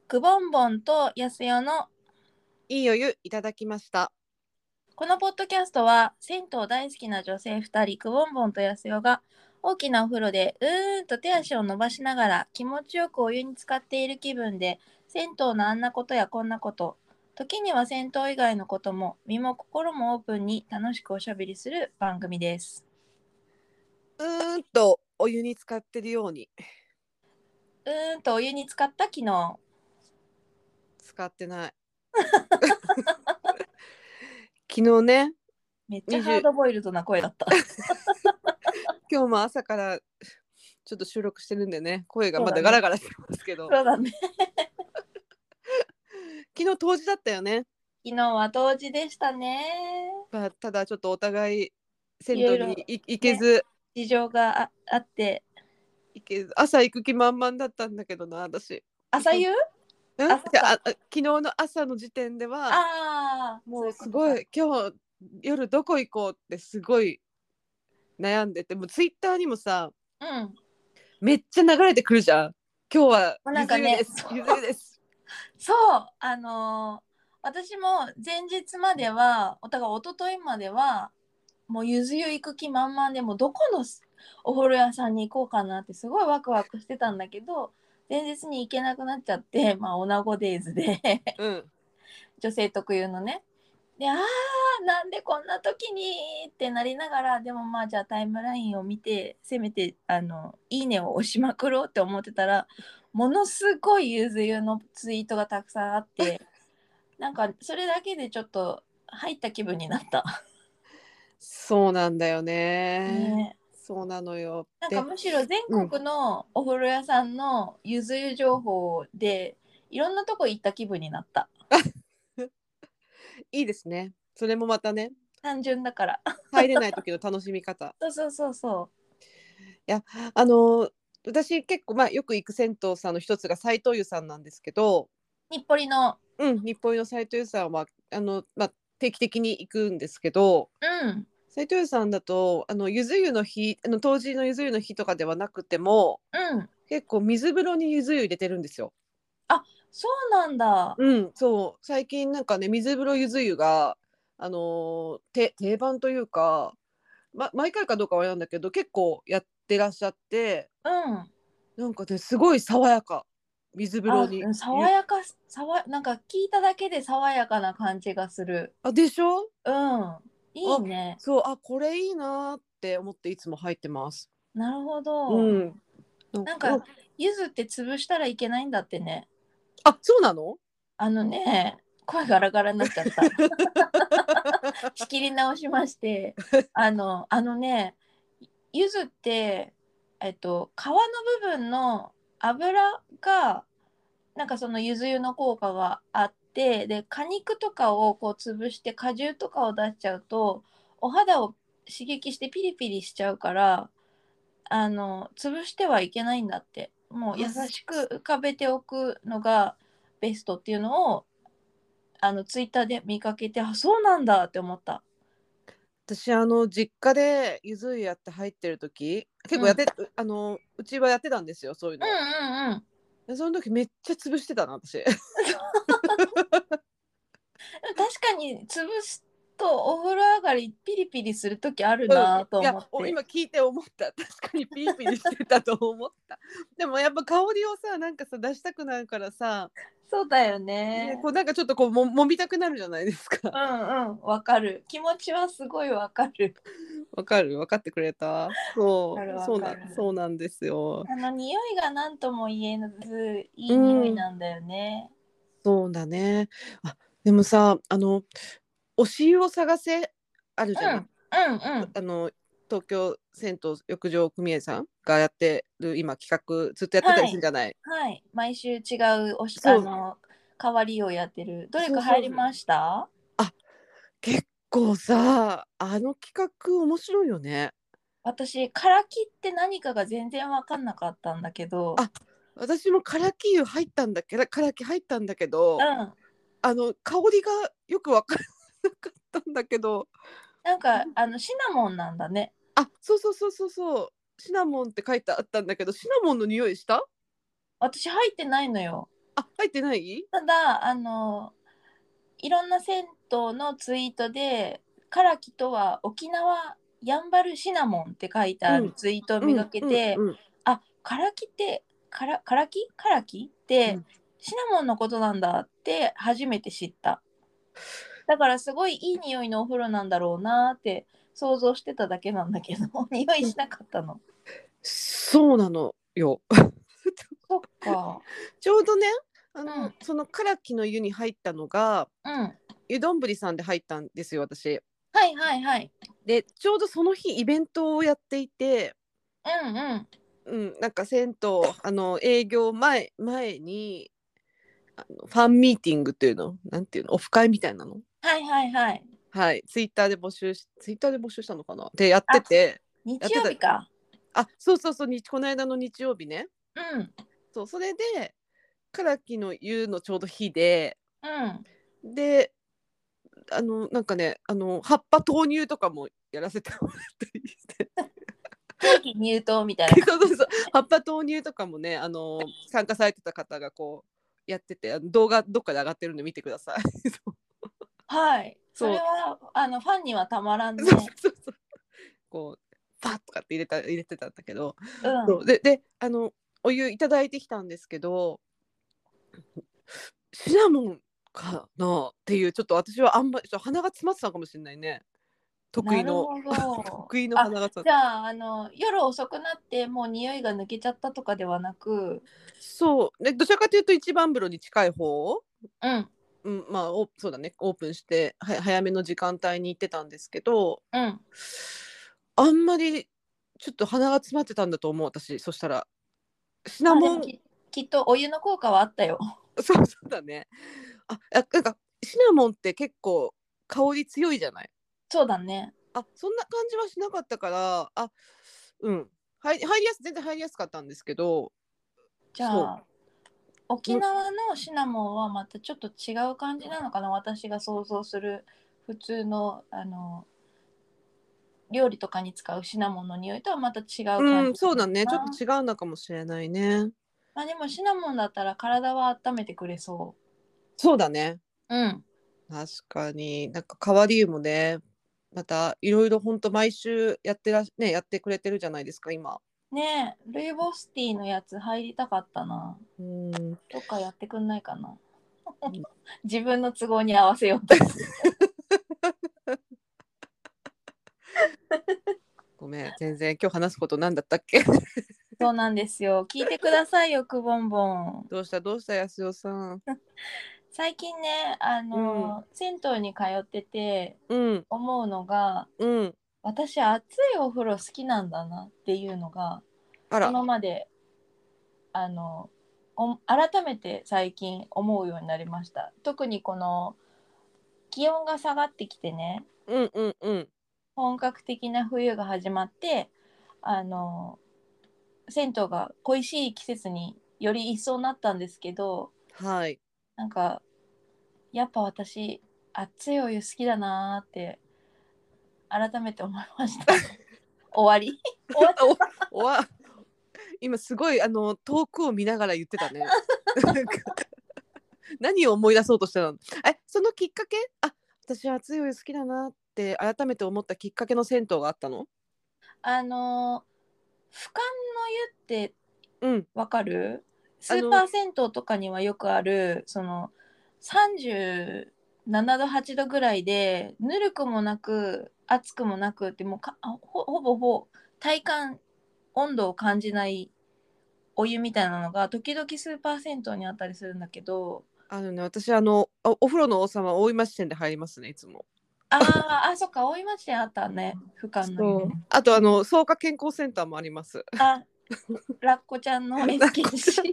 くぼんぼんとやすよのいいお湯いただきました。 このポッドキャストは銭湯大好きな女性2人くぼんぼんとやすよが大きなお風呂でと手足を伸ばしながら気持ちよくお湯に浸かっている気分で銭湯のあんなことやこんなこと時には銭湯以外のことも身も心もオープンに楽しくおしゃべりする番組です。 お湯に浸かってるように。 お湯に浸かった昨日。 使ってない昨日ね。 めっちゃハードボイルドな声だった今日も朝からちょっと収録してるんでね、声がまだそうだねガラガラしてますけど、 そうだね昨日冬至だったよね。 昨日は冬至でしたね。 ただちょっとお互い銭湯いろいろに行けね、 ず、 事情があって朝行く気満々だったんだけどな、私。 朝湯朝か。 昨日の朝の時点ではああ、そうもうすいうことか。 ごい今日夜どこ行こうってすごい悩んでて、もうツイッターにもさ、 うん。 めっちゃ流れてくるじゃん。今日はもうなんゆず湯かね、 です。ゆず湯です。 そう、私も前日までは、お互い一昨日までは、もうゆず湯行く気満々で、もうどこのお風呂屋さんに行こうかなってすごいワクワクしてたんだけど、前日に行けなくなっちゃって、まあ、おなごデイズでうん。 女性特有のね。で、なんでこんな時にってなりながら、でもまあじゃあタイムラインを見て、せめていいねを押しまくろうって思ってたら、ものすごいゆず湯のツイートがたくさんあって、なんかそれだけでちょっと入った気分になった。 そうなんだよね。 ね、 そうなのよ。 なんかで、 むしろ全うん、 国のお風呂屋さんのゆず湯情報でいろんなとこ行った気分になった。 いいですね。それもまたね、 単純だから。 入れない時の楽しみ方。 そうそうそうそいや、あの私結構、よく行く銭湯さんの一つが斉藤湯さんなんですけど、 う。日暮里の。 日暮里の斉藤湯さんは定期的に行くんですけど、 うん。 斉藤湯さんだとゆず湯の日、冬至のゆず湯の日とかではなくても、 うん。 結構水風呂にゆず湯入れてるんですよ。 あ、そうなんだ。 そう、最近なんかね、水風呂ゆず湯が、定番というか、毎回かどうかはあれなんだけど、結構やってらっしゃって、 うん。 なんかね、すごい爽やか。水風呂あ、 に。 爽やか、なんか聞いただけで爽やかな感じがする。 でしょ。 うん。いいあ、 ね。 そう、これいいなって思っていつも入ってます。 なるほうど。 ん。なんか、 なんか、柚子って潰したらいけないんだってね。 そうなの？ 声ガラガラになっちゃった。仕切り直しまして、柚子って、皮の部分の油が、なんかそのゆず湯の効果があって、で果肉とかをこう潰して果汁とかを出しちゃうとお肌を刺激してピリピリしちゃうから、潰してはいけないんだって。もう優あしく浮かべておくのがベストっていうのをツイッターで見かけて、そうなんだって思った。 私実家でゆず湯やって入ってる時、結うん、うん構やってうちはやってたんですよ、そういううの。 んうん。 でその時めっちゃ潰してたな、私。 確かに潰すとお風呂上がりピリピリする時あるうん、 なといや、 思って。 今聞いて思った。確かにピリピリしてたと思った。でもやっぱ香りをさ、なんかさ、出したくなるからさ、 そうだよね、 ね。 こうなんかちょっとこう揉みたくなるじゃないですか。 うんうん、わかる。気持ちはすごいわかる。 わかる？分かってくれた？ わかるわかる。 そうなんですよ。 匂いが何とも言えず、いうい匂いん、 なんだよね。 そうだね。でもさ、推し湯を探せあるじゃない。 うん、うんうん。 あの東京銭湯浴場組合さんがやってる今企画ずっとやってたりするんはい。 じゃない？ はい。毎週違うそう、 変わりをやってる。どれかそう。 入りました？ あ、結構さ、あの企画面白いよね。 私、カラキって何かが全然わかんなかったんだけど、 あ、私もカラキ湯入ったんだけど、カラキ入ったんだけど、 うん。 香りがよくわからなかったんだけど、 なんか、シナモンなんだね。 そう、シナモンって書いてあったんだけど、シナモンの匂いした？ 私入ってないのよ。 あ、入ってない？ ただいろんな銭湯のツイートでカラキとは沖縄やんばるシナモンって書いてあるうんツイートを見かうんうんけて、 うんあ、カラキってカラキってうん。 シナモンのことなんだって初めて知った。だからすごいいい匂いのお風呂なんだろうなって想像してただけなんだけど、匂いしなかったの。 そうなのよ。 そっか。 ちょうどね、 うん。 その唐木の湯に入ったのがうん。 湯どんぶりさんで入ったんですよ、私。 はいはいはい。 でちょうどその日イベントをやっていて、 うんうん。 なんか銭湯営業前にファンミーティングっていうのなんていうの、オフ会みたいなの、 はいはいはい。 はい、ツイッターで募集したのかなでやってあ、 て、や日ってた。 曜日か。 あ、そうそうそう、この間の日曜日ね。 うん。 そう、それで唐木の湯のちょうど日で、 うん。 でなんかね、葉っぱ投入とかもやらせてもらったりして定期入刀みたいな感じ。 そうそうそう、葉っぱ投入とかもね、参加されてた方がこうやってて、動画どっかで上がってるんで見てください。 はい。それそうはファンにはたまらんそうね。 そうそう、こうパッとかって入れてたんだけど、 うん。 そうでお湯いただいてきたんですけど、シナモンかなっていう、ちょっと私はあんまり鼻が詰まってたのかもしれないね。得意のなるほど。 得意のあ、 鼻が詰まって。 じゃあ、夜遅くなってもう匂いが抜けちゃったとかではなく、 そうね、どちらかというと一番風呂に近い方、 うん、 まあそうだね、オープンして早めの時間帯に行ってたんですけど、 うん。 あんまりちょっと鼻が詰まってたんだと思う、私。そしたらシナあ、でもモン、 きっとお湯の効果はあったよ。 そうだね。なんかシナモンって結構香り強いじゃない。 そうだね。 そんな感じはしなかったから、うん、全然入りやすかったんですけど、そじゃあ、沖縄のシナモンはまたちょっと違う感じなのかな、私が想像する普通の料理とかに使うシナモンの匂いとはまた違う感うん、 じなのかそうだね、ちょっとな。 違うのかもしれないね。 まあでもシナモンだったら体は温めてくれそそうだね。 う。うん。 確かに、なんか変わり湯もね、またいろいろ本当毎週やってくれてるじゃないですか、今。 ねえ、ルイボスティーのやつ入りたかったな。 うん。 どっかやってくんないかな。自分の都合に合わせようと。 ごめん、全然今日話すことなんだったっけ？ そうなんですよ。聞いてくださいよ、くぼんぼん。 どうしたやすよさん。 最近ね、 うん、 銭湯に通っててうん、 思うのが、 うん。 私、熱いお風呂好きなんだなっていうのが、 あら、 今まで、改めて最近思うようになりました。特にこの気温が下がってきてね、 うんうんうん。 本格的な冬が始まって、あの、銭湯が恋しい季節により一層なったんですけど、 はい。 なんか、やっぱ私、熱いお湯好きだなーって改めて思いました。終わり終わっちゃっおわ今すごい遠くを見ながら言ってたね。何を思い出そうとしてたの？そのきっかけ？私は熱いお湯好きだなって改めて思ったきっかけの銭湯があったの？ た。俯瞰の湯ってうん。 わかる？スーパあのー銭湯とかにはよくある、37度、8度ぐらいで、ぬるくもなく、熱くもなくって、もうほぼ体感温度を感じないお湯みたいなのが、時々スーパー銭湯にあったりするんだけど、 私お風呂の王様大井町店で入りますね、いつも。 そっか、大井町店あったね、俯瞰の湯そう。 ね。 あと草加健康センターもあります。 あ、ラッコちゃんの S 禁止。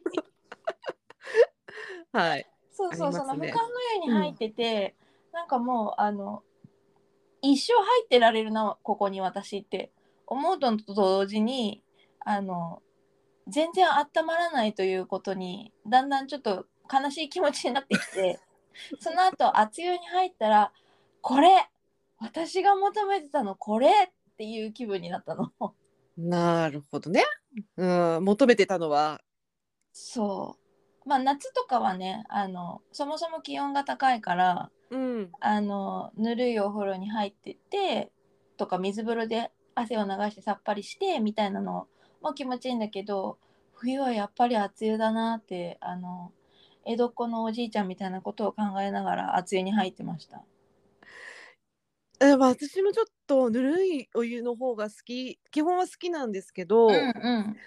はい。ありそうそう、その俯瞰のますね。 湯に入っうん。 てて、なんかもう、一生入ってられるな、ここに私って思うと同時に、あの、全然温まらないということに、だんだんちょっと悲しい気持ちになってきて、その後、熱湯に入ったら、これ私が求めてたの、これっていう気分になったの。 なるほどね。うん、求めてたのは。 そう。 まあ夏とかはね、そもそも気温が高いから、 うん。 ぬるいお風呂に入ってってとか、水風呂で汗を流してさっぱりしてみたいなのも気持ちいいんだけど、冬はやっぱり熱湯だなって、江戸っ子のおじいちゃんみたいなことを考えながら熱湯に入ってました。 まあ、私もちょっとぬるいお湯の方が好き、基本は好きなんですけうど、 ん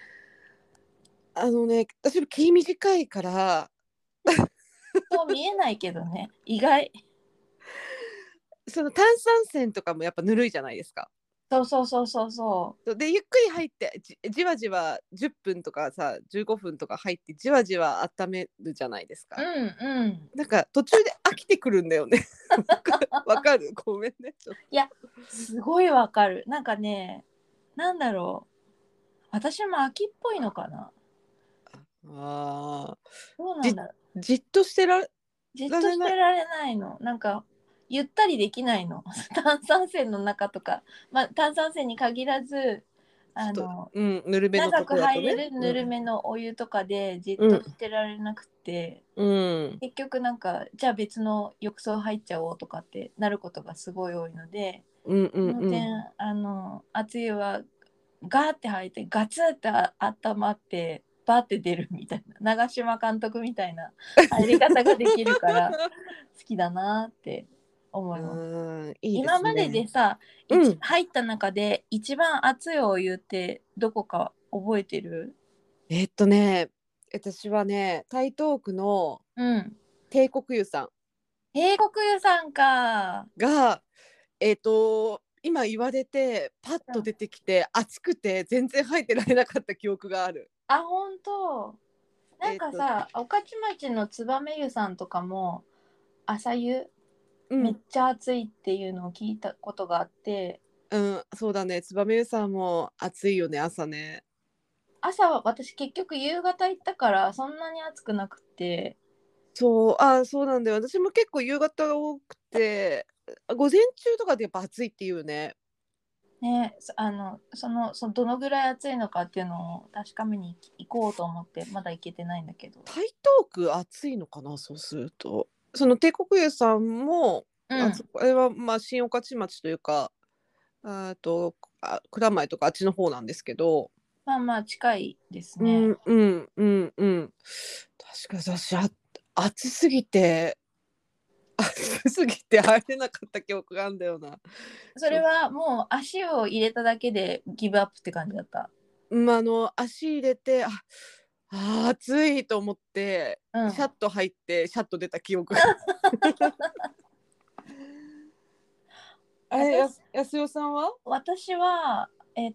私も気短いから、 そう見えないけどね、意外。 その炭酸泉とかもやっぱぬるいじゃないですか。 そうそうそうそうそで、ゆっくり入ってじわじわ10分とかさ、15分とか入ってじわじわ温めるじゃないですう。うか。 んうん。 なんか途中で飽きてくるんだよね。わかる、ごめんね、ちょっと。 いや、すごいわかる。なんかね、なんだろう。私も秋っぽいのかな。 ああ、じどうなんだろう。 じっとしてじっとられない。 してられないの。なんか、ゆったりできないの。炭酸泉の中とか、まあ、炭酸泉に限らず、 ちょっと、 あの、 うん、ぬるめのと長くこだとね。 入れるうん。 ぬるめのお湯とかでじっうん。 としてられなくて、 うん。 結局なんか、じゃあ別の浴槽入っちゃおうとかってなることがすごい多いので、 うんうんうん。 その点、熱い湯はガーって入ってガツって温まってバーって出るみたいな、長嶋監督みたいな入り方ができるから好きだなって思います。 いいで今まですね。 でさ、 うん。 入った中で一番熱いお湯ってどこか覚えてる？ えっとね、私はね、台東区のうん。 帝国湯さん帝国湯さんか。 が、今言われてパッうん。 と出てきて暑くて全然入ってられなかった記憶がある。 あ、本当。なんえっと、 かさ、御徒町の燕湯さんとかも朝湯めっうん、 ちゃ暑いっていうのを聞いたことがあって、 うん、そうだね。燕湯さんも暑いよね、朝ね。 朝は私結局夕方行ったからそんなに暑くなくて、 そう、あ、そうなんだよ。私も結構夕方が多くて、午前中とかでやっぱ暑いっていうね。 ね、どのぐらい暑いのかっていうのを確かめに行こうと思ってまだ行けてないんだけど。 台東区暑いのかな、そうすると。その帝国湯さんも、 うん。 あれはまあ新御徒町というか、蔵前とかあっちの方なんですけど、 まあまあ近いですね。 うんうんうんうん。確か私暑すぎて暑すぎて入れなかった記憶があるんだよな。ちょそれはもう足を入れただけでギブアップって感じだった。 足入れて、暑いと思って、 うん。 シャッと入って、シャッと出た記憶が。あれ、安代さんは？ 私は、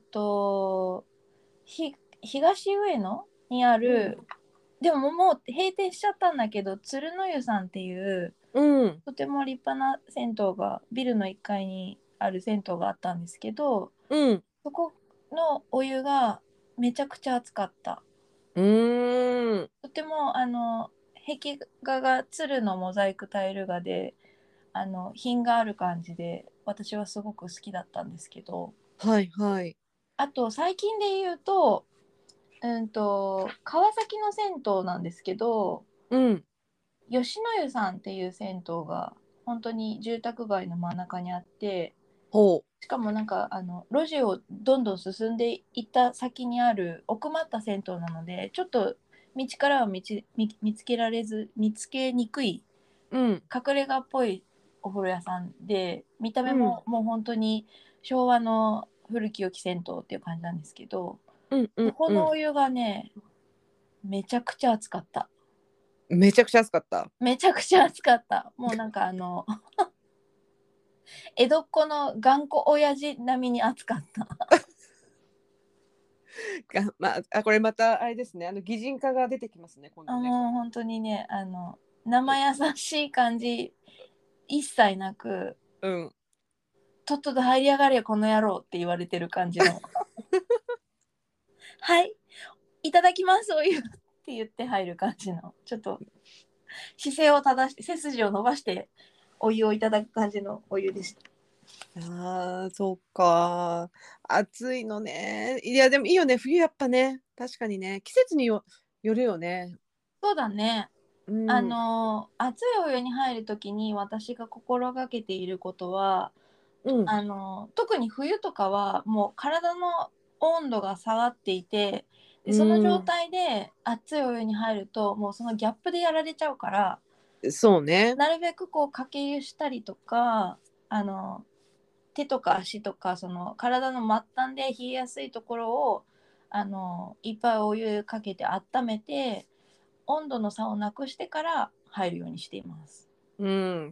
東上野にあうん。 る、でももう閉店しちゃったんだけど、鶴の湯さんっていううん。 とても立派な銭湯が、ビルの1階にある銭湯があったんですけど、 うん。 そこのお湯がめちゃくちゃ熱かった。 うーん。 とても壁画が鶴のモザイクタイル画で、品がある感じで私はすごく好きだったんですけど、 はいはい。 あと最近で言うと、川崎の銭湯なんですけど、 うん。 吉野湯さんっていう銭湯が本当に住宅街の真ん中にあって、 ほう。 しかもなんか路地をどんどん進んでいった先にある奥まった銭湯なので、ちょっと道からは見つけられず、見つけにくいうん。 隠れ家っぽいお風呂屋さんで、見た目うん。 ももう本当に昭和の古き良き銭湯っていう感じなんですけど、 うんうんうん。 ここのお湯がね、めちゃくちゃ暑かった。 めちゃくちゃ暑かった。 めちゃくちゃ暑かった。もうなんか江戸っ子の頑固親父並みに暑かった。 これまたあれですね。擬人化が出てきますね、今度ね。 もう本当にね、生優しい感じ一切なく、 うん。 とっとと入りやがれこの野郎って言われてる感じの。はい、いただきますお湯って言って入る感じの。ちょっと姿勢を正して背筋を伸ばしてお湯をいただく感じのお湯でした。 そうか。暑いのね。いや、でもいいよね。冬やっぱね。確かにね。季節によるよね。 そうだね。 うん、 熱いお湯に入るときに私が心がけていることは、 うん、 特に冬とかはもう体の温度が下がっていて、でうその状ん、 態で熱いお湯に入るともうそのギャップでやられちゃうから、 そうね。 なるべくこうかけ湯したりとか、あの手とか足とかその体の末端で冷えやすいところをいっぱいお湯かけて温めて、温度の差をなくしてから入るようにしています。 うん、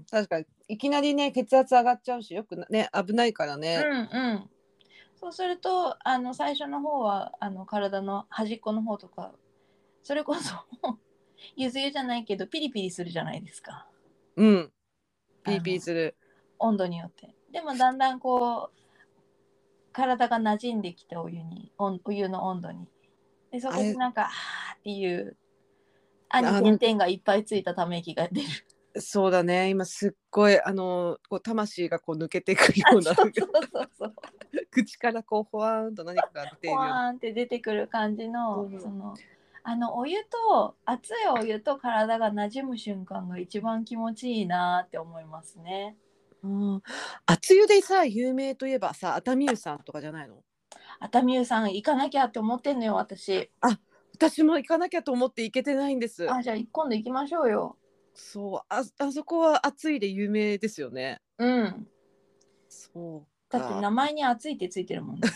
確かにいきなりね血圧上がっちゃうしよくね危ないからね。 うんうん。そうすると最初の方は体の端っこの方とか、それこそゆず湯じゃないけどピリピリするじゃないですか。 うん、ピリピリあのする。 温度によって。でもだんだんこう体が馴染んできて、お湯の温度に。でそあれ、 こでなんかはーっていう「あ」に点なんか 々がいっぱいついたため息が出る。 そうだね、今すっごいこう魂がこう抜けていくよあ、 うなそうそうそうそう。 口からこうほわーんと何かが出ているような。 ほわーんって出てくる感じの、 うん、 お湯と熱いお湯と体が馴染む瞬間が一番気持ちいいなって思いますね。 うん、熱湯でさ有名といえばさ熱海湯さんとかじゃないの？ 熱海湯さん行かなきゃって思ってんのよ私。 あ、私も行かなきゃと思って行けてないんです。 あ、じゃあ今度行きましょうよ。 そう、あそこは熱いで有名ですよね。 うん。 そうだってか。 名前に熱いってついてるもんね。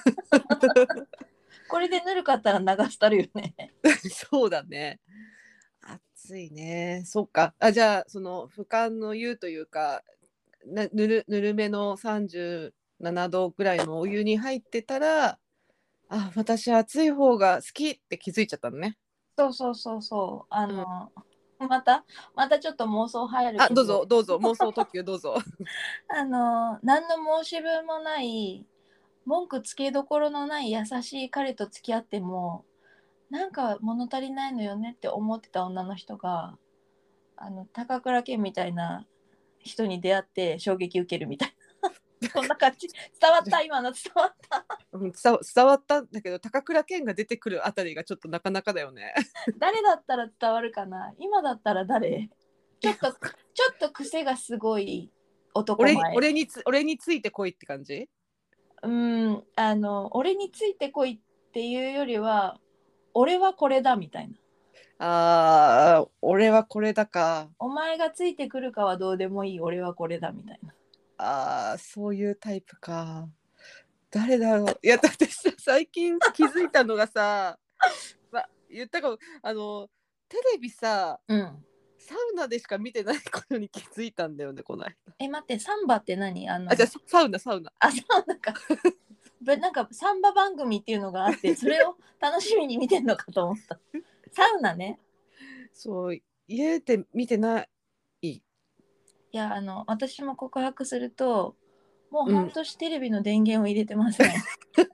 これでぬるかったら流したるよね。 そうだね。暑いね。そっか。あ、じゃあその俯瞰の湯というか、ぬるめの37度ぐらいのお湯に入ってたら、あ、私暑い方が好きって気づいちゃったのね。 そうそうそうそう。 うん。 また、またちょっと妄想入るあ、どうけど、 ぞどうぞ妄想特急どうぞ。 何の申し分もない、文句つけどころのない優しい彼と付き合っても、なんか物足りないのよねって思ってた女の人が、高倉健みたいな人に出会って衝撃受けるみたいな。そんな感じ。伝わった、今の伝わった。 うん、伝わったんだけど高倉健が出てくるあたりがちょっとなかなかだよね。 誰だったら伝わるかな、今だったら誰？ちょっと、ちょっと癖がすごい男前。 俺についてこいって感じ。 俺についてこいっていうよりは、俺はこれだみたいな。 あー、俺はこれだか。 お前がついてくるかはどうでもいい、俺はこれだみたいな。 あー、そういうタイプか。誰だろう。いや、私さ最近気づいたのがさ、言ったかも、テレビさ、 うん。 サウナでしか見てないことに気づいたんだよね、この間。 待って、サンバって何？ あ、じゃあサウナ。 サウナか。なんかサンバ番組っていうのがあって、それを楽しみに見てんのかと思った。サウナね。 そう、家で見てない。 いや、私も告白すると、もううん。 半年テレビの電源を入れてません。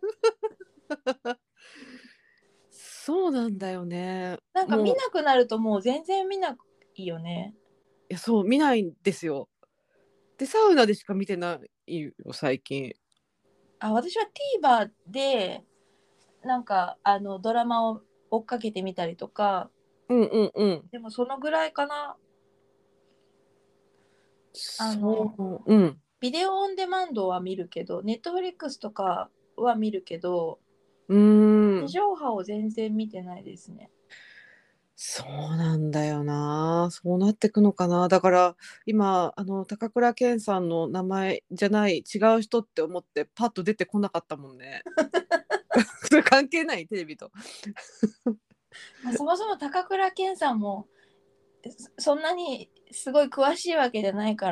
そうなんだよね。 なんか見もう、 なくなるともう全然見ないよね。 いや、そう、見ないんですよ。で、サウナでしか見てないよ、最近。 私は TVer で、なんかドラマを追っかけてみたりとか、 うんうんうん。 でもそのぐらいかな。あの、 そう、うん。 ビデオオンデマンドは見るけど、ネットフリックスとかは見るけど、 うーん。 地上波を全然見てないですね。 そうなんだよな。そうなってくのかな。だから今高倉健さんの名前じゃない違う人って思ってパッと出てこなかったもんね。それ関係ないテレビと。 まあ、そもそも高倉健さんもそんなにすごい詳しいわけじゃないから、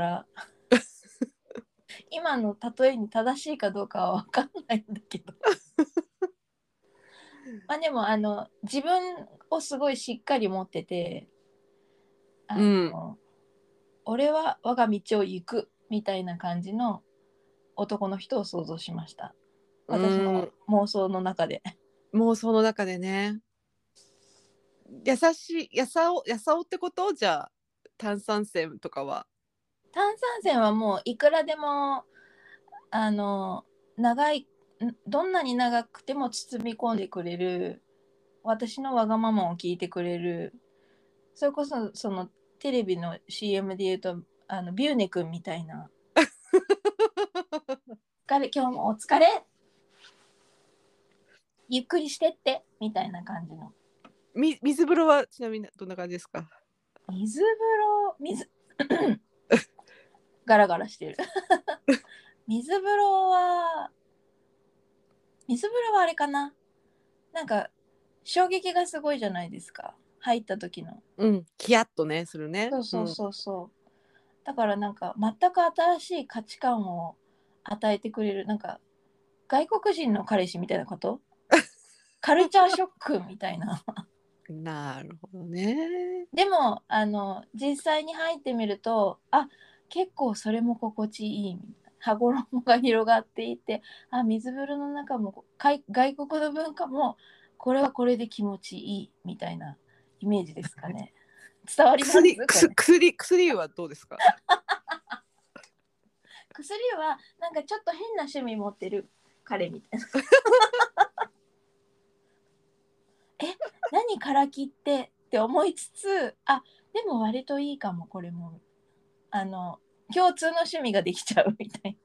今の例えに正しいかどうかは分かんないんだけど。まあでも自分をすごいしっかり持ってて、 うん。 俺は我が道を行くみたいな感じの男の人を想像しました。 う私のん。 妄想の中で。 もうその中でね。優しいやさおってことじゃあ炭酸泉とかは。 炭酸泉はもういくらでもあの長い、どんなに長くても包み込んでくれる、私のわがままを聞いてくれるそれこそそのテレビの CM で言うとビューネ君みたいな疲れ今日もお疲れゆっくりしてってみたいな感じの水風呂はちなみにどんな感じですか？ 水風呂ガラガラしてる水風呂はあれかな、なんか衝撃がすごいじゃないですか、入った時の。 うん、ヒヤッとねするね。 そうそうそうそう、だからなんか全く新しい価値観を与えてくれる、なんか外国人の彼氏みたいなこと、カルチャーショックみたいななるほどね。 でも実際に入ってみると結構それも心地いいみたいな、羽衣が広がっていて、水風呂の中も外国の文化もこれはこれで気持ちいいみたいなイメージですかね。伝わりますこれ。 薬はどうですか？ 薬はなんかちょっと変な趣味持ってる彼みたいな何から切ってって思いつつでも割といいかもこれも共通の趣味ができちゃうみたい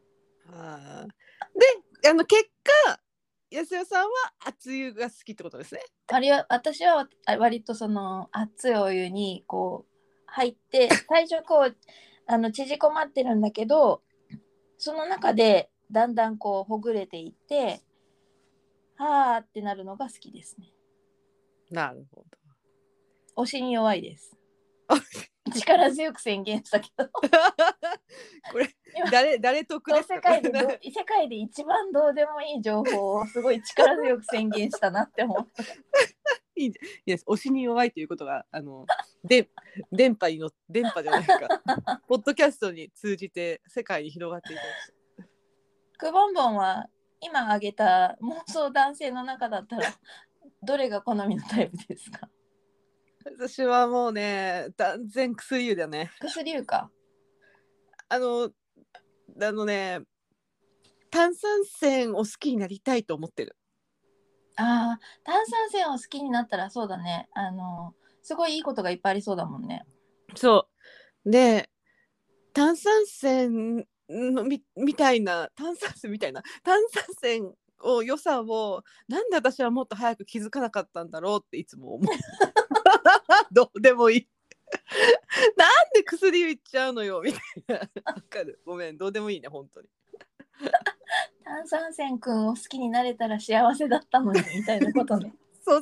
で結果安代さんは熱湯が好きってことですね。 な。私は割とその熱いお湯にこう入って最初こう縮こまってるんだけど、その中でだんだんこうほぐれていってはーってなるのが好きですね。 なるほ推しに弱いです。 ど。 力強く宣言したけどこれ誰得ですか？ 世界で一番どうでもいい情報をすごい力強く宣言したなって思った。 いいです。推しに弱いということがで電波じゃないかポッドキャストに通じて世界に広がっていきました。 くぼんぼんは今挙げた妄想男性の中だったらどれが好みのタイプですか？ 私はもうね断然薬湯だね。 薬湯か。 あのね炭酸泉を好きになりたいと思ってる。 炭酸泉を好きになったらそうだね、すごいいいことがいっぱいありそうだもんね。 そうで炭酸泉のみたいな炭酸泉を良さをなんで私はもっと早く気づかなかったんだろうっていつも思うどうでもいいなんで薬言っちゃうのよみたいなわかる、ごめん、どうでもいいね本当に。 炭酸泉くんを好きになれたら幸せだったのにみたいなことね。 そう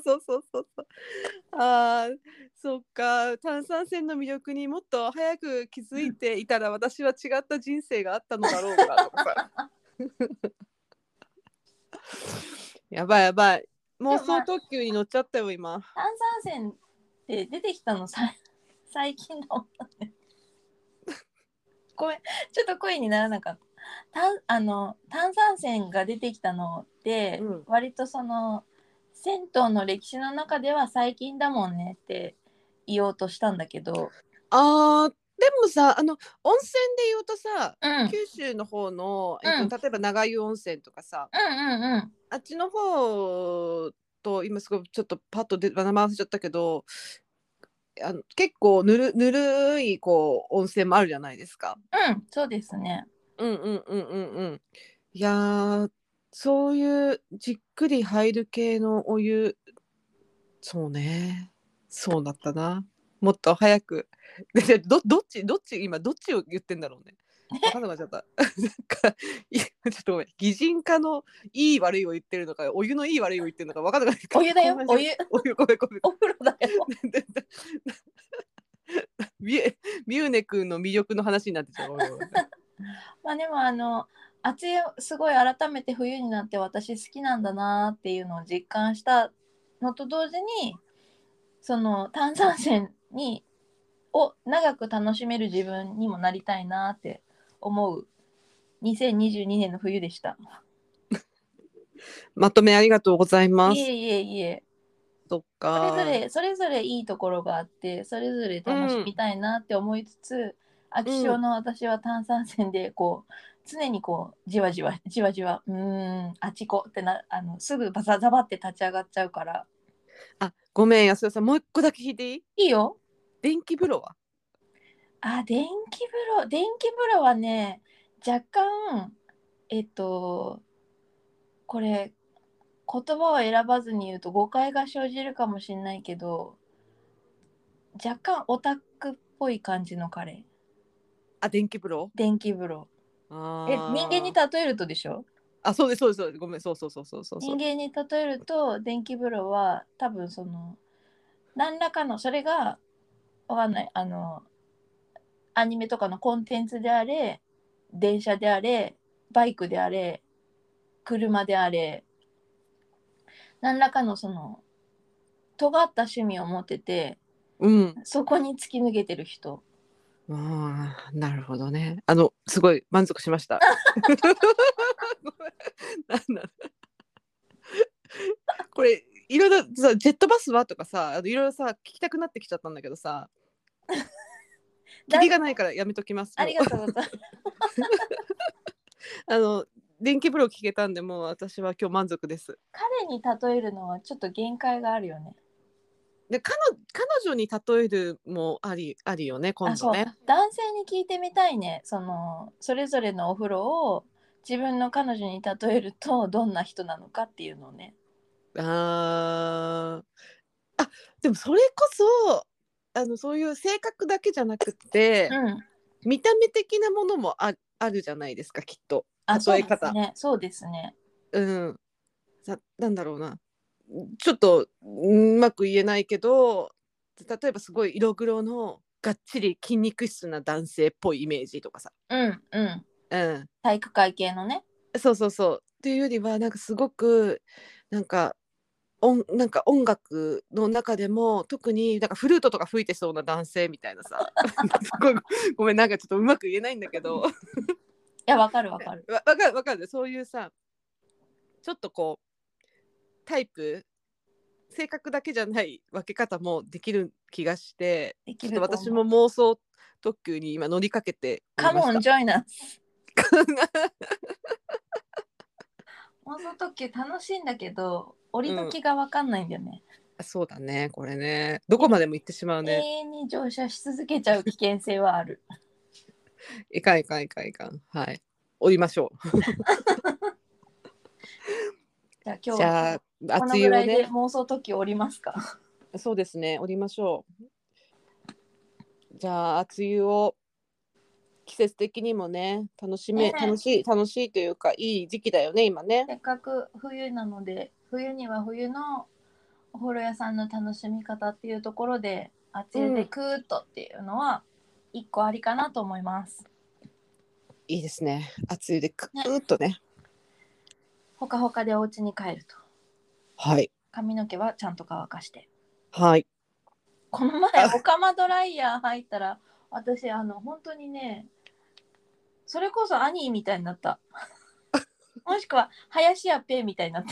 そっか、炭酸泉の魅力にもっと早く気づいていたら私は違った人生があったのだろうかとかさやばい妄想特急に乗っちゃったよ今。 炭酸泉って出てきたの最近だもんね。ごめん、ちょっと声にならなかった。炭酸泉が出てきたのって、割とその銭湯の歴史の中では最近だもんねって言おうとしたんだけど、 でもさ温泉で言うとさ、 うん九州の方の、 うん、 例えば長湯温泉とかさ、 うんあっちの方と今すごいちょっとパッと名前忘れちゃったけど、結構ぬるいこう温泉もあるじゃないですか。 そうですね。 いやー、そういうじっくり入る系のお湯、そうね、そうだったな。もっと早くでどっち今どっちを言ってんだろうね。分かんなくなっちゃった。なんかちょっとごめん、擬人化のいい悪いを言ってるのか、お湯のいい悪いを言ってるのか分かんなくなっちゃった。 お湯だよ、お湯。 ごめん。 お風呂だよ。 ミューネ君の魅力の話になってちゃう。 まあでも暑いすごい改めて冬になって私好きなんだなっていうのを実感したのと同時に、その炭酸泉を長く楽しめる自分にもなりたいなって思う2022年の冬でした。 まとめありがとうございます。 いえ。 そっか。 それぞれいいところがあってそれぞれ楽しみたいなって思いつつ、飽き性の私は炭酸泉でこう常にこうじわじわあちこってすぐバサザバって立ち上がっちゃうから。 ごめん安代さん、もう一個だけ聞いていい？ いいよ。 電気風呂は？ あ、電気風呂はね、若干、これ、言葉を選ばずに言うと誤解が生じるかもしれないけど、若干オタクっぽい感じのカレー。 あ、電気風呂。 電気風呂。人間にあ例えるとでしょ？ あ、そうですそうですそうです。ごめん、そうそうそうそうそうそう。 人間に例えると、電気風呂は多分何らかの、それが、わかんない、アニメとかのコンテンツであれ、電車であれ、バイクであれ、車であれ、何らかの尖った趣味を持ってて、 うん。 そこに突き抜けてる人。 ああ、なるほどね。すごい満足しました。ごめんなんだこれいろいろさ、ジェットバスはとかさ、いろいろさ聞きたくなってきちゃったんだけどさ、キリがないからやめときます。 ありもうがとうございます。 あの電気風呂聞けたんで、もう私は今日満足です。 彼に例えるのはちょっと限界があるよね。 で彼女に例えるもありよね、 あ、そう。 今度ね。 男性に聞いてみたいね。それぞれのお風呂を自分の彼女に例えるとどんな人なのかっていうのをね。 ああ、でもそれこそそういう性格だけじゃなくて、 うん。 見た目的なものもあるじゃないですか、きっと。 あ、そう例え方。 ですね。そうですね。 うん。なんだろうな。ちょっとうまく言えないけど、例えばすごい色黒のがっちり筋肉質な男性っぽいイメージとかさ。 うんうん。 うん。 体育会系のね。 そうそうそう。っていうよりは、なんかすごく、なんか、なんか音楽の中でも特になんかフルートとか吹いてそうな男性みたいなさすごいごめん、なんかちょっとうまく言えないんだけどいや、わかるわかる。 わかるわかる、そういうさ、ちょっとこうタイプ、性格だけじゃない分け方もできる気がして、 できちょっと私もると思う。 妄想特急に今乗りかけておりカモン、 ました。 ジョイナス。妄想特急楽しいんだけど、折りうん、 時がわかんないんだよね。 そうだね、これね、どこで、 までも行ってしまう永ね。 遠に乗車し続けちゃう危険性はある。 いかんいかんいかんいかん、はい、降りましょう。 じゃあ今日はじゃあこの熱ぐらいで湯をね、 妄想特急降りますか？ そうですね、降りましょう。じゃあ熱湯を、季節的にもね、 ね楽しいというかいい時期だよね今ね。 せっかく冬なので、冬には冬のお風呂屋さんの楽しみ方っていうところで、熱湯でうん、 クーッとっていうのは一個ありかなと思います。 いいですね、熱湯でクね、 ーッとね。 ほかほかでお家に帰ると。 はい、 髪の毛はちゃんと乾かして。 はい。 この前、 あ、 オカマドライヤー入ったら、私、本当にね、それこそアニーみたいになった。もしくは、林家ペイみたいになった。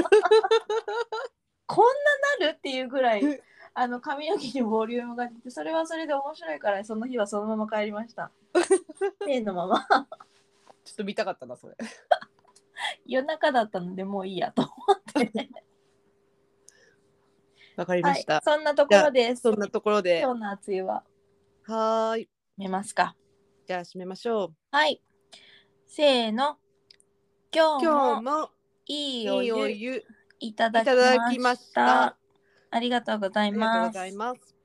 こんななるっていうぐらい、髪の毛にボリュームが出て、それはそれで面白いから、その日はそのまま帰りました。ペイのまま。 ちょっと見たかったなそれ。 夜中だったので、もういいやと思って。 わかりまはい、 した。 そんなとじゃあころです。 そんなところで、 今日の熱湯ははーい。 見ますか？ じゃあ締めましょう。 はい。せーの。今日も今日もいいおいいお湯湯いたいだきまただきましした。 た。ありがとうございありがとうごます。 ざいます。